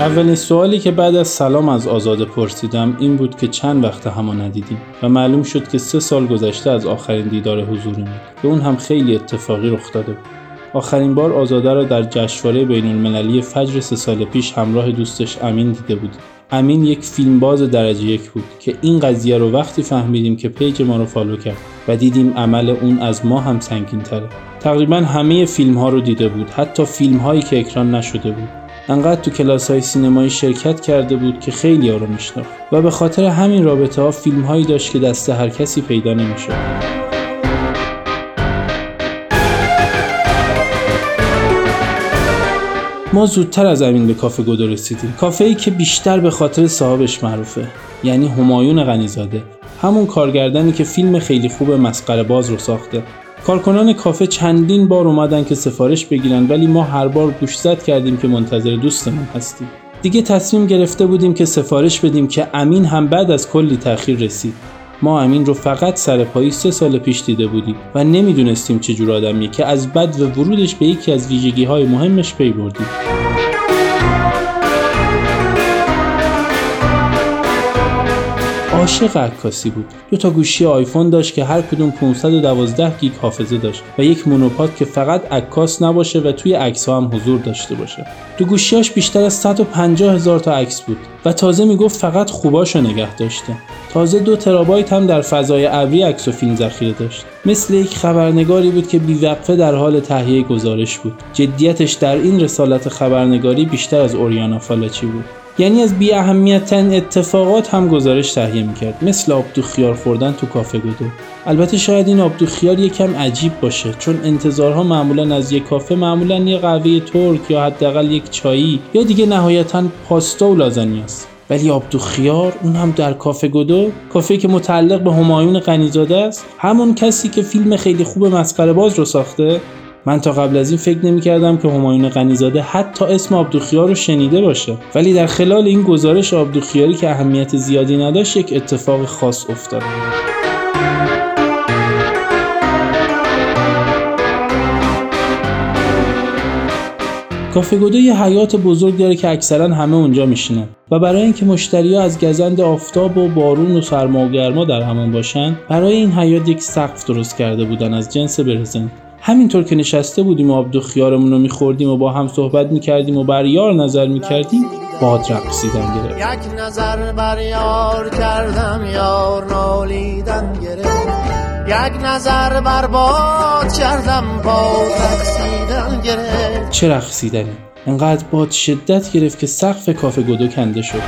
اولین سوالی که بعد از سلام از آزاده پرسیدم این بود که چند وقت همو ندیدیم و معلوم شد که 3 سال گذشته از آخرین دیدار حضوریمون که اون هم خیلی اتفاقی رخ داده بود. آخرین بار آزاده را در جشنواره بین‌المللی فجر 3 سال پیش همراه دوستش امین دیده بود. امین یک فیلمباز درجه 1 بود که این قضیه رو وقتی فهمیدیم که پیج ما رو فالو کرد و دیدیم عمل اون از ما هم سنگین‌تره. تقریباً همه فیلم‌ها رو دیده بود، حتی فیلم‌هایی که اکران نشده بود. انقدر تو کلاس‌های سینمایی شرکت کرده بود که خیلی‌ها رو میشناخت و به خاطر همین رابطه‌ها فیلم‌هایی داشت که دست هر کسی پیدا نمی‌شد. ما زودتر از امین به کافه گودو رسیدیم. کافه‌ای که بیشتر به خاطر صاحبش معروفه، یعنی همایون غنی‌زاده، همون کارگردانی که فیلم خیلی خوب مسخره باز رو ساخته. کارکنان کافه چندین بار اومدن که سفارش بگیرن ولی ما هر بار گوشزد کردیم که منتظر دوستمون هستیم. دیگه تصمیم گرفته بودیم که سفارش بدیم که امین هم بعد از کلی تأخیر رسید. ما امین رو فقط سرپایی 3 سال پیش دیده بودیم و نمیدونستیم چه جور آدمیه که از بد و ورودش به یکی از ویژگی‌های مهمش پی بردیم. عاشق عکاسی بود. 2 تا گوشی آیفون داشت که هر کدوم 512 گیگ حافظه داشت و یک مونوپاد که فقط عکاس نباشه و توی عکس‌ها هم حضور داشته باشه. تو گوشیاش بیشتر از 150,000 تا عکس بود و تازه میگفت فقط خوباشو نگه داشته. تازه 2 ترابایت هم در فضای ابری عکس و فیلم ذخیره داشت. مثل یک خبرنگاری بود که بی‌وقفه در حال تهیه گزارش بود. جدیتش در این رسالت خبرنگاری بیشتر از اوریانا فالاچی بود. یعنی از بی اهمیت‌ترین اتفاقات هم گزارش تهیه می‌کرد، مثل آبدو خیار خوردن تو کافه گودو. البته شاید این آبدو خیار یکم عجیب باشه چون انتظارها معمولاً از یک کافه معمولاً یه قهوه ترک یا حداقل یک چایی یا دیگه نهایتاً پاستا و لازانیاست. ولی آبدو خیار، اون هم در کافه گودو، کافه‌ای که متعلق به همایون غنی‌زاده است، همون کسی که فیلم خیلی خوب مسخره باز رو ساخته. من تا قبل از این فکر نمی‌کردم که همایون غنی‌زاده حتی اسم آبدوخیار رو شنیده باشه، ولی در خلال این گزارش آبدوخیاری که اهمیت زیادی نداشت یک اتفاق خاص افتاد. کافه گودو یه حیاط بزرگ داره که اکثرا همه اونجا میشینن و برای اینکه مشتری‌ها از گزند آفتاب و بارون و سرما و گرما در امان باشن، برای این حیاط یک سقف درست کرده بودن از جنس برزنت. همینطور که نشسته بودیم و آبدو خیارمون رو می‌خوردیم و با هم صحبت می‌کردیم و بر یار نظر می‌کردیم، باد رقصیدن گرفت. یک نظر بر یار کردم، یار نالیدن گرفت. یک نظر بر باد کردم، باد رقصیدن گرفت. چه رقصیدنی؟ انقدر باد شدت گرفت که سقف کافه گودو کنده شد.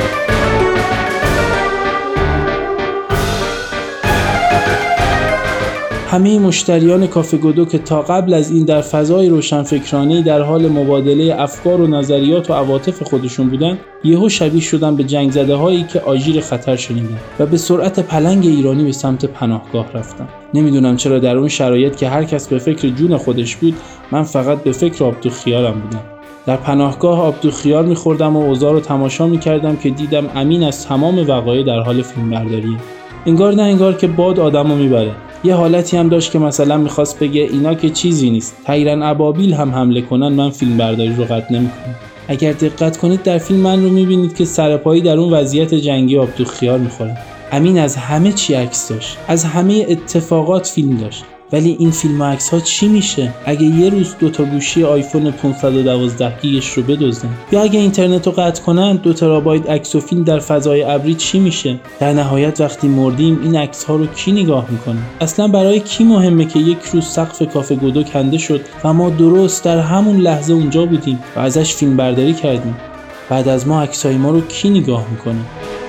همه مشتریان کافه گودو که تا قبل از این در فضای روشنفکرانه‌ای در حال مبادله افکار و نظریات و عواطف خودشون بودن، یهو شبیه شدن به جنگ زده‌هایی که آژیر خطر شنیدن و به سرعت پلنگ ایرانی به سمت پناهگاه رفتن. نمیدونم چرا در اون شرایط که هر کس به فکر جون خودش بود، من فقط به فکر آبدو خیارم بودم. در پناهگاه آبدو خیار می‌خوردم و اوضاع رو تماشا می‌کردم که دیدم امین از تمام وقایع در حال فیلمبرداریه. انگار نه انگار که باد آدمو میبره. یه حالتی هم داشت که مثلا میخواست بگه اینا که چیزی نیست، طیرن ابابیل هم حمله کنن من فیلم برداری رو قطع نمیکنم. اگر دقت کنید در فیلم من رو میبینید که سرپایی در اون وضعیت جنگی آبدو خیار میخوره. امین از همه چی عکس داشت، از همه اتفاقات فیلم داشت. ولی این فیلم و عکس ها چی میشه اگه یه روز 2 تا گوشی آیفون 512 گیگش رو بدزدن، یا اگه اینترنت رو قطع کنن 2 ترابایت عکس و فیلم در فضای ابری چی میشه؟ در نهایت وقتی مردیم این عکس ها رو کی نگاه میکنه؟ اصلا برای کی مهمه که یک روز سقف کافه گودو کنده شد و ما درست در همون لحظه اونجا بودیم و ازش فیلم برداری کردیم؟ بعد از ما عکسای ما رو کی نگاه میکنه؟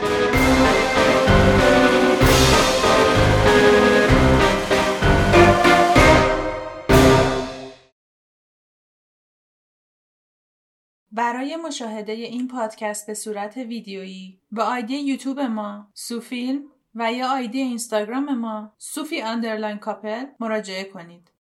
برای مشاهده این پادکست به صورت ویدیویی با آیدی یوتیوب ما سوفیلم و یا آیدی اینستاگرام ما سوفی_کاپل مراجعه کنید.